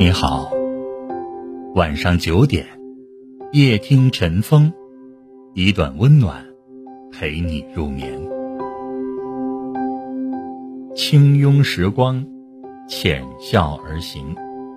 你好，晚上9点，夜听晨风，一段温暖陪你入眠。轻拥时光，浅笑而行。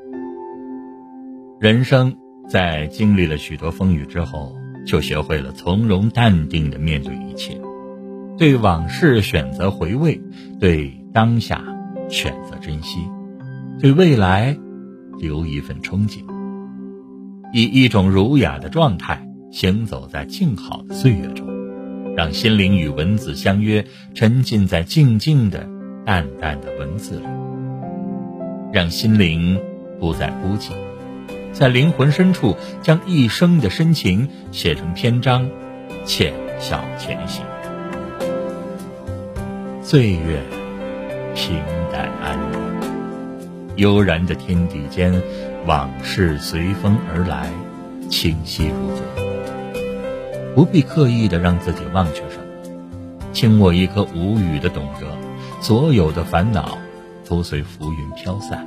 人生在经历了许多风雨之后，就学会了从容淡定地面对一切，对往事选择回味，对当下选择珍惜，对未来留一份憧憬，以一种儒雅的状态行走在静好的岁月中，让心灵与文字相约，沉浸在静静的淡淡的文字里，让心灵不再孤寂，在灵魂深处将一生的深情写成篇章，浅笑前行。岁月平淡安宁，悠然的天地间，往事随风而来，清晰如昨。不必刻意地让自己忘却什么，轻握一颗无语的懂得，所有的烦恼都随浮云飘散。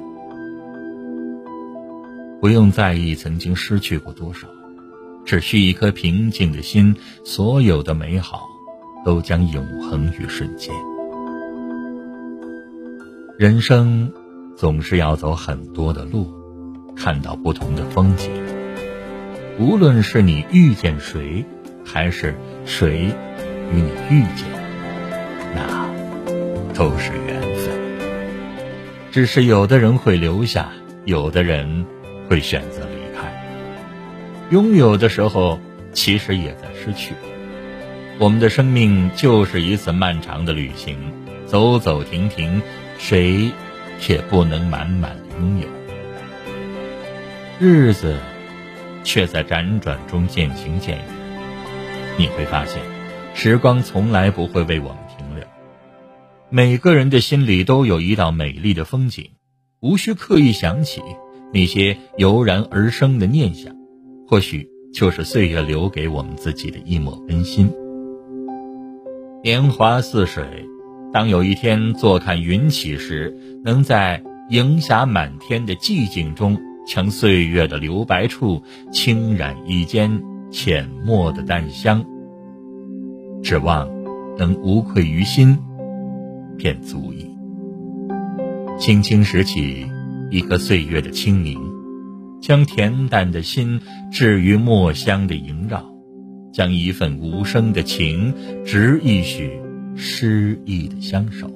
不用在意曾经失去过多少，只需一颗平静的心，所有的美好都将永恒于瞬间。人生总是要走很多的路，看到不同的风景。无论是你遇见谁，还是谁与你遇见，那都是缘分。只是有的人会留下，有的人会选择离开。拥有的时候，其实也在失去。我们的生命就是一次漫长的旅行，走走停停，谁也不能满满的拥有。日子却在辗转中渐行渐远，你会发现，时光从来不会为我们停留。每个人的心里都有一道美丽的风景，无需刻意想起，那些油然而生的念想，或许就是岁月留给我们自己的一抹温馨。年华似水，当有一天坐看云起时，能在银霞满天的寂静中，将岁月的留白处轻染一间浅墨的淡香，指望能无愧于心，便足矣。轻轻拾起一颗岁月的清明，将恬淡的心置于墨香的萦绕，将一份无声的情执一许诗意的相守。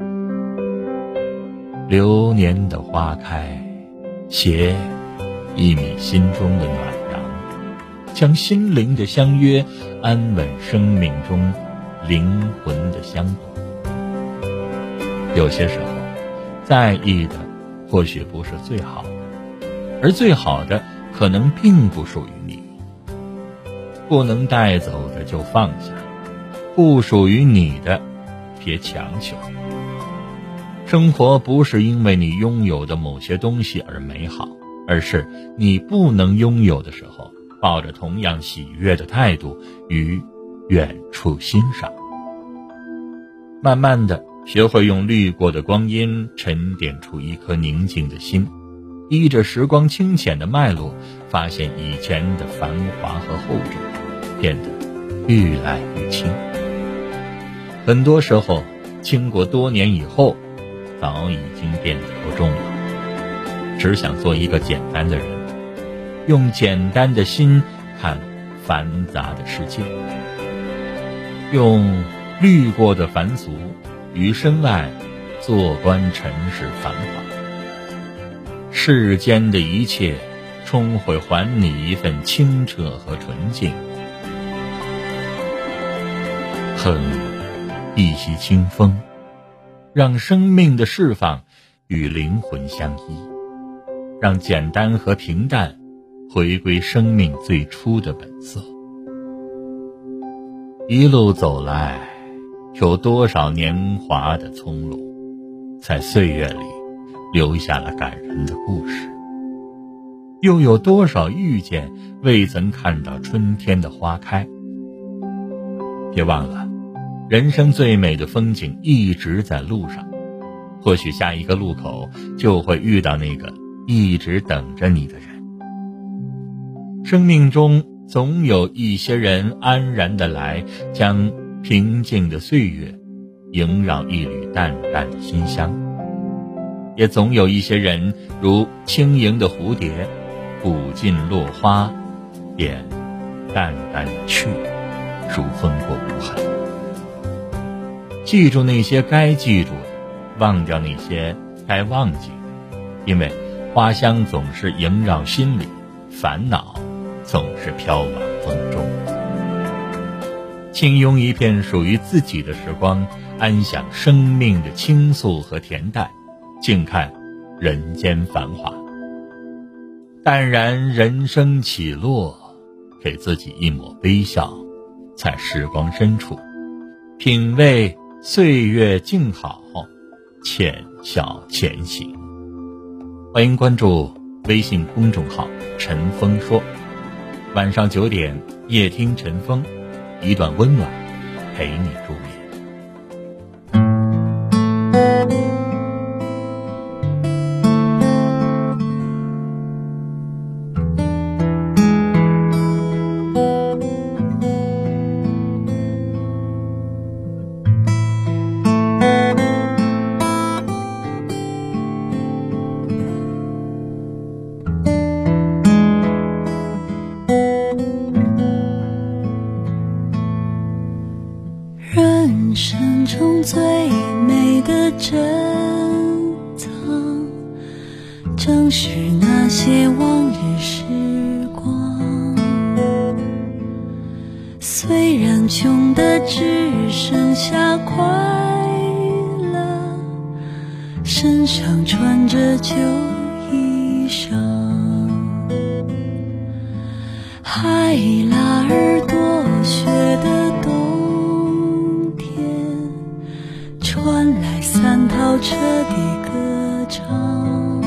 流年的花开，携一米心中的暖阳，将心灵的相约安稳生命中灵魂的相同。有些时候，在意的或许不是最好的，而最好的可能并不属于你。不能带走的就放下，不属于你的别强求。生活不是因为你拥有的某些东西而美好，而是你不能拥有的时候，抱着同样喜悦的态度于远处欣赏。慢慢的学会用滤过的光阴沉淀出一颗宁静的心，依着时光清浅的脉络，发现以前的繁华和厚重变得愈来愈轻。很多时候，经过多年以后，早已经变得不重要。只想做一个简单的人，用简单的心看繁杂的世界，用滤过的凡俗于身外坐观尘世繁华。世间的一切终会还你一份清澈和纯净。哼一袭清风，让生命的释放与灵魂相依，让简单和平淡回归生命最初的本色。一路走来，有多少年华的葱茏，在岁月里留下了感人的故事，又有多少遇见未曾看到春天的花开。别忘了，人生最美的风景一直在路上，或许下一个路口就会遇到那个一直等着你的人。生命中总有一些人安然地来，将平静的岁月萦绕一缕淡淡的馨香，也总有一些人如轻盈的蝴蝶，不尽落花，便淡淡地去，如风过无痕。记住那些该记住的，忘掉那些该忘记的，因为花香总是萦绕心里，烦恼总是飘往风中。轻拥一片属于自己的时光，安享生命的倾诉和恬淡，静看人间繁华。淡然人生起落，给自己一抹微笑，在时光深处品味岁月静好，浅笑前行。欢迎关注微信公众号陈峰说，晚上9点夜听陈峰，一段温暖陪你入眠。 人生中最美的珍藏，正是那些往日时光。虽然穷得只剩下快乐，身上穿着旧衣裳，海拉尔多雪的冬天，传来三套车的歌唱。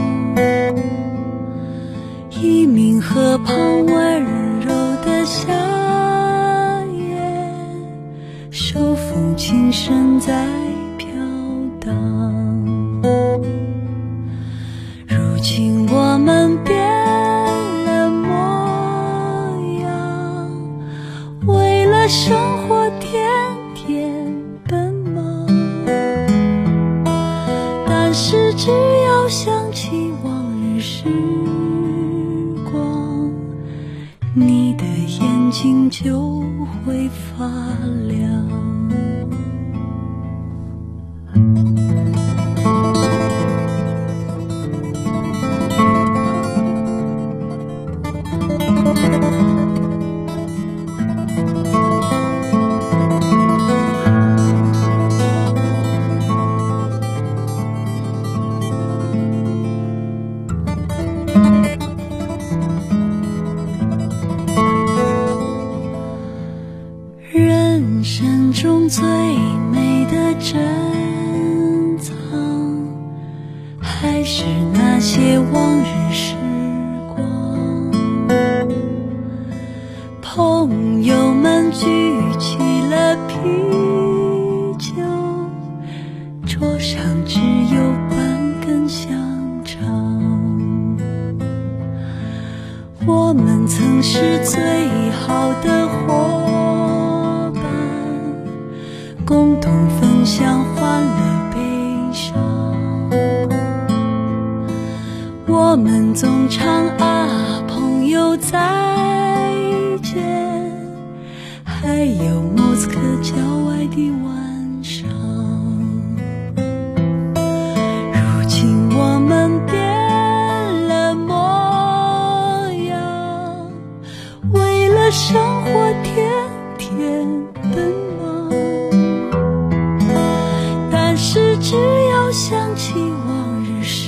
一名河旁温柔的夏夜，手风琴声在飘荡。如今我们变了模样，为了生活天天奔忙，但是只要想起往日时光，你的眼睛就会发亮。人生中最美的珍藏，还是那些往日时光。朋友们举起了啤酒，桌上只有半根香肠。我们曾是最好的伙伴，共同分享欢乐悲伤。我们总唱啊朋友再见，还有莫斯科郊外的晚上。如今我们变了模样，为了生活天天奔忙，但是只要想起往日时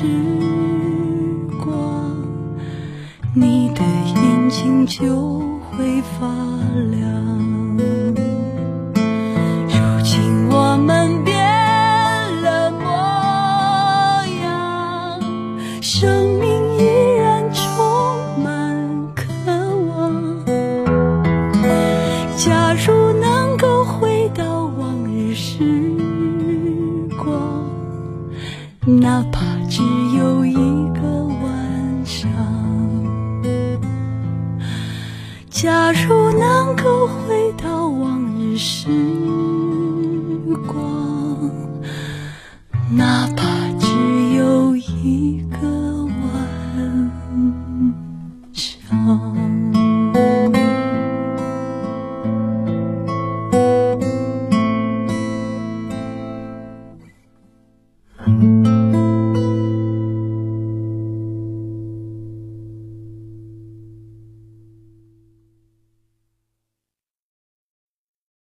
光，你的眼睛就会发亮。如今我们变了模样，生命依然充满渴望。假如能够回到往日时光，哪怕只有一个晚哪怕只有一个晚上。